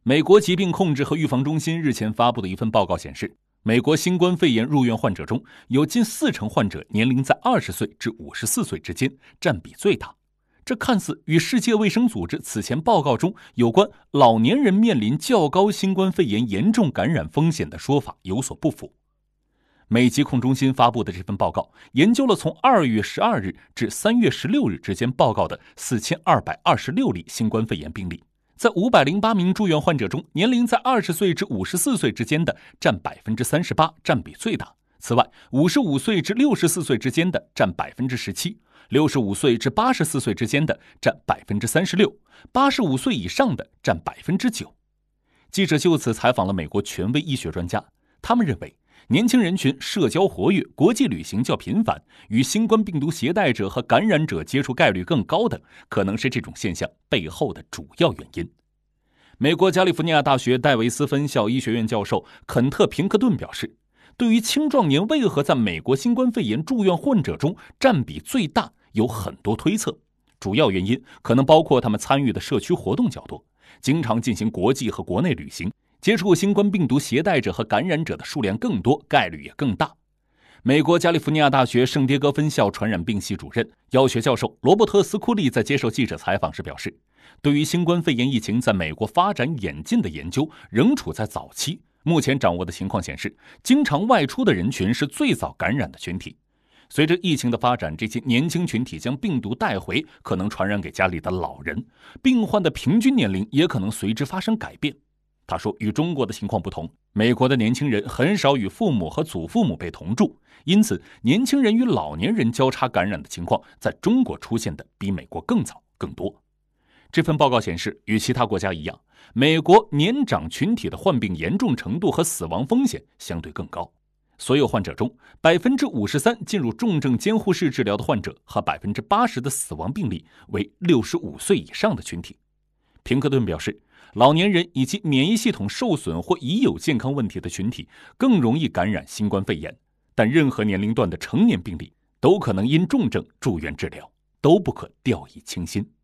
美国疾病控制和预防中心日前发布的一份报告显示，美国新冠肺炎入院患者中有近40%患者年龄在20岁至54岁之间，占比最大。这看似与世界卫生组织此前报告中有关老年人面临较高新冠肺炎严重感染风险的说法有所不符。美疾控中心发布的这份报告研究了从2月12日至3月16日之间报告的4226例新冠肺炎病例，在508名住院患者中，年龄在20岁至54岁之间的占 38%， 占比最大。此外，55岁至64岁之间的占 17%， 65岁至84岁之间的占 36%， 85岁以上的占 9%。 记者就此采访了美国权威医学专家，他们认为年轻人群社交活跃，国际旅行较频繁，与新冠病毒携带者和感染者接触概率更高等，可能是这种现象背后的主要原因。美国加利福尼亚大学戴维斯分校医学院教授肯特·平克顿表示，对于青壮年为何在美国新冠肺炎住院患者中占比最大，有很多推测。主要原因可能包括他们参与的社区活动较多，经常进行国际和国内旅行，接触新冠病毒携带者和感染者的数量更多，概率也更大。美国加利福尼亚大学圣迭戈分校传染病系主任、药学教授罗伯特·斯库利在接受记者采访时表示，对于新冠肺炎疫情在美国发展演进的研究仍处在早期，目前掌握的情况显示，经常外出的人群是最早感染的群体。随着疫情的发展，这些年轻群体将病毒带回，可能传染给家里的老人，病患的平均年龄也可能随之发生改变。他说，与中国的情况不同，美国的年轻人很少与父母和祖父母辈同住，因此年轻人与老年人交叉感染的情况在中国出现的比美国更早更多。这份报告显示，与其他国家一样，美国年长群体的患病严重程度和死亡风险相对更高。所有患者中 53% 进入重症监护室治疗的患者和 80% 的死亡病例为65岁以上的群体。平克顿表示，老年人以及免疫系统受损或已有健康问题的群体更容易感染新冠肺炎，但任何年龄段的成年病例都可能因重症住院治疗，都不可掉以轻心。